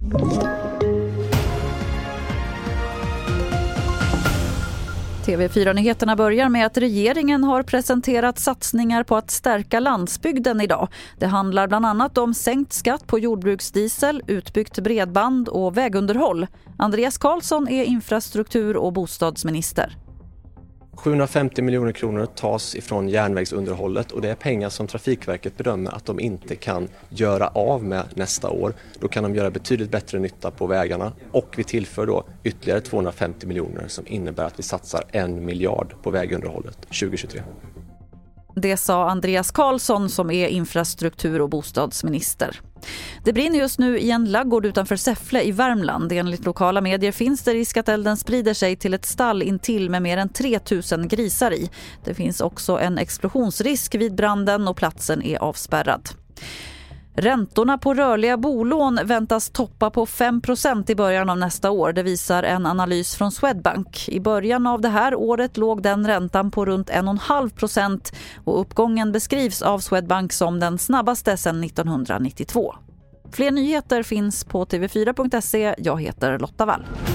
TV4-nyheterna börjar med att regeringen har presenterat satsningar på att stärka landsbygden idag. Det handlar bland annat om sänkt skatt på jordbruksdiesel, utbyggt bredband och vägunderhåll. Andreas Karlsson är infrastruktur- och bostadsminister. 750 miljoner kronor tas ifrån järnvägsunderhållet och det är pengar som Trafikverket bedömer att de inte kan göra av med nästa år. Då kan de göra betydligt bättre nytta på vägarna och vi tillför då ytterligare 250 miljoner som innebär att vi satsar 1 miljard på vägunderhållet 2023. Det sa Andreas Karlsson som är infrastruktur- och bostadsminister. Det brinner just nu i en laggård utanför Säffle i Värmland. Enligt lokala medier finns det risk att elden sprider sig till ett stall intill med mer än 3000 grisar i. Det finns också en explosionsrisk vid branden och platsen är avspärrad. Räntorna på rörliga bolån väntas toppa på 5% i början av nästa år. Det visar en analys från Swedbank. I början av det här året låg den räntan på runt 1,5% och uppgången beskrivs av Swedbank som den snabbaste sedan 1992. Fler nyheter finns på tv4.se. Jag heter Lotta Wall.